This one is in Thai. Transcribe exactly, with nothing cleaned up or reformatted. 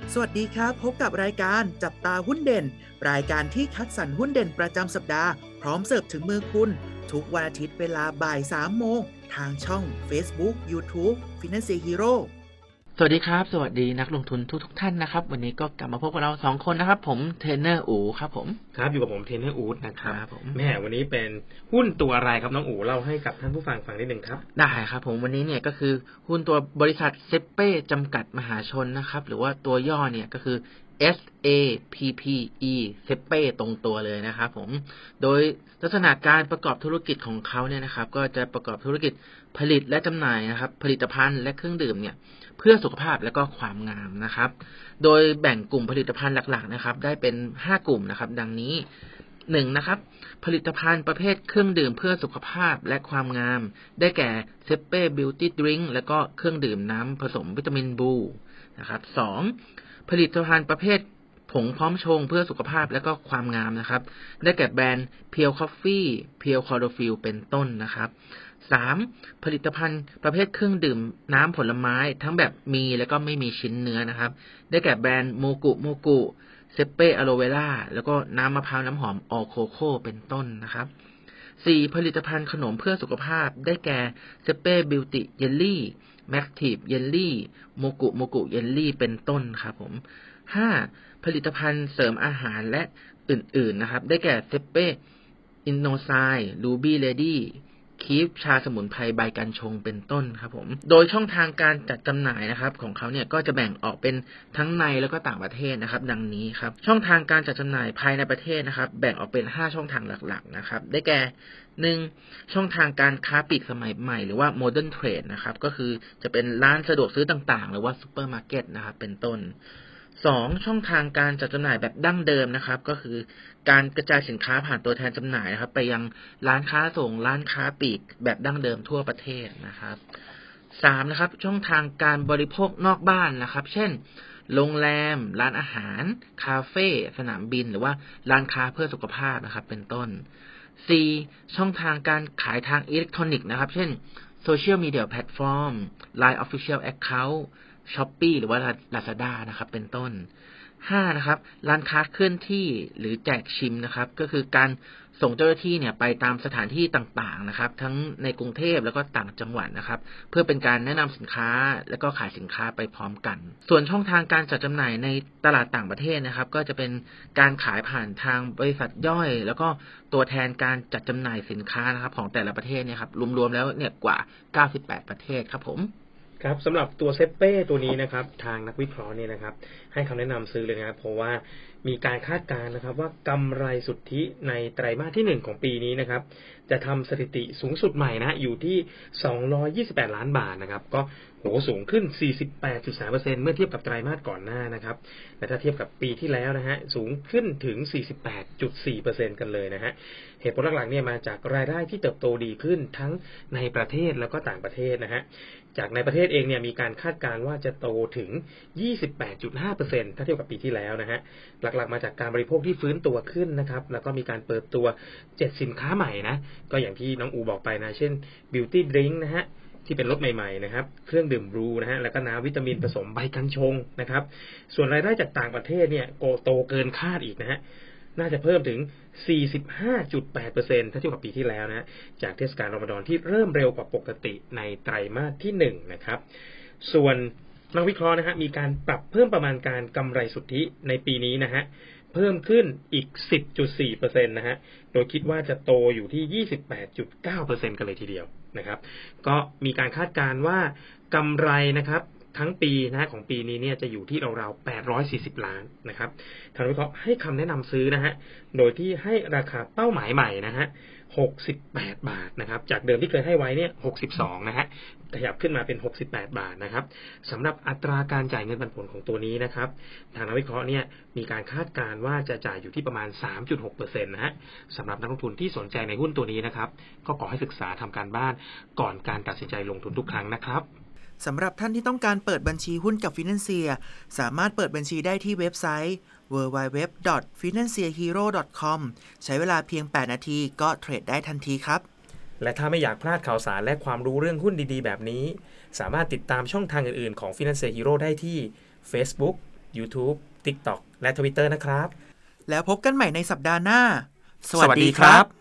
สวัสดีครับพบกับรายการจับตาหุ้นเด่นรายการที่คัดสรรหุ้นเด่นประจำสัปดาห์พร้อมเสิร์ฟถึงมือคุณทุกวันอาทิตย์เวลาบ่ายสามโมงทางช่อง Facebook YouTube Financial Hero สวัสดีครับสวัสดีนักลงทุนทุกทุกท่านนะครับวันนี้ก็กลับมาพบกับเราสองคนนะครับผมเทรนเนอร์อู๋ครับผมครับอยู่กับผมเทรนเนอร์อู๊ดนะครับครับผมแม่วันนี้เป็นหุ้นตัวอะไรครับน้องอู๋เล่าให้กับท่านผู้ฟังฟังนิดนึงครับได้ครับผมวันนี้เนี่ยก็คือหุ้นตัวบริษัทเซเป้จำกัดมหาชนนะครับหรือว่าตัวย่อเนี่ยก็คือ เอส เอ พี พี อี เซเป้ตรงตัวเลยนะครับผมโดยลักษณะการประกอบธุรกิจของเขาเนี่ยนะครับก็จะประกอบธุรกิจผลิตและจำหน่ายนะครับผลิตภัณฑ์และเครื่องดื่มเนี่ยเพื่อสุขภาพและก็ความงามนะครับโดยแบ่งกลุ่มผลิตภัณฑ์หลักๆนะครับได้เป็นห้ากลุ่มนะครับดังนี้หนึ่งนะครับผลิตภัณฑ์ประเภทเครื่องดื่มเพื่อสุขภาพและความงามได้แก่เซเป้บิวตี้ดริงก์และก็เครื่องดื่มน้ำผสมวิตามินบูนะครับสองผลิตภัณฑ์ประเภทผงพร้อมชงเพื่อสุขภาพและก็ความงามนะครับได้แก่แบรนด์เพียวคอฟฟี่เพียวคอร์โดฟิลเป็นต้นนะครับสามผลิตภัณฑ์ประเภทเครื่องดื่มน้ำผลไม้ทั้งแบบมีและก็ไม่มีชิ้นเนื้อนะครับได้แก่แบรนด์โมกุโมกุเซเป้อะโลเวล่าแล้วก็น้ำมะพร้าวน้ำหอมออโคโค่เป็นต้นนะครับสี่ผลิตภัณฑ์ขนมเพื่อสุขภาพได้แก่เซเป้บิวตี้เยลลี่แมคทีฟเยลลี่โมกุโมกุเยลลี่เป็นต้นครับผมห้าผลิตภัณฑ์เสริมอาหารและอื่นๆนะครับได้แก่เซเป้อินโนไซด์รูบี้เลดี้คีฟชาสมุนไพรใบกัญชงเป็นต้นครับผมโดยช่องทางการจัดจำหน่ายนะครับของเขาเนี่ยก็จะแบ่งออกเป็นทั้งในแล้วก็ต่างประเทศนะครับดังนี้ครับช่องทางการจัดจำหน่ายภายในประเทศนะครับแบ่งออกเป็นห้าช่องทางหลักๆนะครับได้แก่หนึ่งช่องทางการค้าปลีกสมัยใหม่หรือว่าโมเดิร์นเทรดนะครับก็คือจะเป็นร้านสะดวกซื้อต่างๆหรือว่าซูเปอร์มาร์เก็ตนะครับเป็นต้นสองช่องทางการจัดจำหน่ายแบบดั้งเดิมนะครับก็คือการกระจายสินค้าผ่านตัวแทนจำหน่ายนะครับไปยังร้านค้าส่งร้านค้าปลีกแบบดั้งเดิมทั่วประเทศนะครับสามนะครับช่องทางการบริโภคนอกบ้านนะครับเช่นโรงแรมร้านอาหารคาเฟ่สนามบินหรือว่าร้านค้าเพื่อสุขภาพนะครับเป็นต้นสี่ช่องทางการขายทางอิเล็กทรอนิกส์นะครับเช่นโซเชียลมีเดียแพลตฟอร์ม ไลน์ Official Account Shopee หรือว่า Lazada นะครับเป็นต้นห้านะครับร้านค้าเคลื่อนที่หรือแจกชิมนะครับก็คือการส่งเจ้าหน้าที่เนี่ยไปตามสถานที่ต่างๆนะครับทั้งในกรุงเทพแล้วก็ต่างจังหวัดนะครับเพื่อเป็นการแนะนำสินค้าแล้วก็ขายสินค้าไปพร้อมกันส่วนช่องทางการจัดจำหน่ายในตลาดต่างประเทศนะครับก็จะเป็นการขายผ่านทางบริษัทย่อยแล้วก็ตัวแทนการจัดจำหน่ายสินค้านะครับของแต่ละประเทศเนี่ยครับรวมๆแล้วเนี่ยกว่าเก้าสิบแปดประเทศครับผมครับสำหรับตัวเซเป้ตัวนี้นะครับทางนักวิเคราะห์เนี่ยนะครับให้คำแนะนำซื้อเลยนะครับเพราะว่ามีการคาดการณ์นะครับว่ากำไรสุทธิในไตรมาสที่หนึ่งของปีนี้นะครับจะทำสถิติสูงสุดใหม่นะอยู่ที่สองร้อยยี่สิบแปดล้านบาทนะครับก็โหสูงขึ้น สี่สิบแปดจุดสามเปอร์เซ็นต์ เมื่อเทียบกับไตรมาสก่อนหน้านะครับและถ้าเทียบกับปีที่แล้วนะฮะสูงขึ้นถึง สี่สิบแปดจุดสี่เปอร์เซ็นต์ กันเลยนะฮะเหตุผลหลักๆเนี่ยมาจากรายได้ที่เติบโตดีขึ้นทั้งในประเทศแล้วก็ต่างประเทศนะฮะจากในประเทศเองเนี่ยมีการคาดการณ์ว่าจะโตถึง ยี่สิบแปดจุดห้าเปอร์เซ็นต์ ถ้าเทียบกับปีที่แล้วนะฮะหลักๆมาจากการบริโภคที่ฟื้นตัวขึ้นนะครับแล้วก็มีการเปิดตัวเจ็ดสินค้าใหม่นะก็อย่างที่น้องอูบอกไปนะเช่น Beauty Drink นะฮะที่เป็นรสใหม่ๆนะครับเครื่องดื่มบลูนะฮะแล้วก็น้ำวิตามินผสมใบกัญชงนะครับส่วนรายได้จากต่างประเทศเนี่ยโตเกินคาดอีกนะฮะน่าจะเพิ่มถึง สี่สิบห้าจุดแปดเปอร์เซ็นต์ ถ้าเทียบกับปีที่แล้วนะจากเทศกาลรอมฎอนที่เริ่มเร็วกว่าปกติในไตรมาสที่หนึ่งนะครับส่วนนักวิเคราะห์นะฮะมีการปรับเพิ่มประมาณการกำไรสุทธิในปีนี้นะฮะเพิ่มขึ้นอีก สิบจุดสี่เปอร์เซ็นต์ นะฮะโดยคิดว่าจะโตอยู่ที่ ยี่สิบแปดจุดเก้าเปอร์เซ็นต์ กันเลยทีเดียวนะครับก็มีการคาดการณ์ว่ากำไรนะครับทั้งปีนะของปีนี้เนี่ยจะอยู่ที่ราวๆแปดร้อยสี่สิบล้านนะครับทางวิเคราะห์ให้คำแนะนำซื้อนะฮะโดยที่ให้ราคาเป้าหมายใหม่นะฮะหกสิบแปดบาทนะครับจากเดิมที่เคยให้ไว้เนี่ยหกสิบสองนะฮะขยับขึ้นมาเป็นหกสิบแปดบาทนะครับสำหรับอัตราการจ่ายเงินปันผลของตัวนี้นะครับทางนักวิเคราะห์เนี่ยมีการคาดการณ์ว่าจะจ่ายอยู่ที่ประมาณ สามจุดหกเปอร์เซ็นต์ นะฮะสำหรับนักลงทุนที่สนใจในหุ้นตัวนี้นะครับก็ขอให้ศึกษาทำการบ้านก่อนการตัดสินใจลงทุนทุกครั้งนะครับสำหรับท่านที่ต้องการเปิดบัญชีหุ้นกับ Financial สามารถเปิดบัญชีได้ที่เว็บไซต์ ดับเบิลยู ดับเบิลยู ดับเบิลยู ดอท ฟินแลนเซียฮีโร่ ดอท คอม ใช้เวลาเพียงแปดนาทีก็เทรดได้ทันทีครับและถ้าไม่อยากพลาดข่าวสารและความรู้เรื่องหุ้นดีๆแบบนี้สามารถติดตามช่องทางอื่นๆของ Financial Hero ได้ที่ Facebook YouTube TikTok และ Twitter นะครับแล้วพบกันใหม่ในสัปดาห์หน้าสวัสดีครับ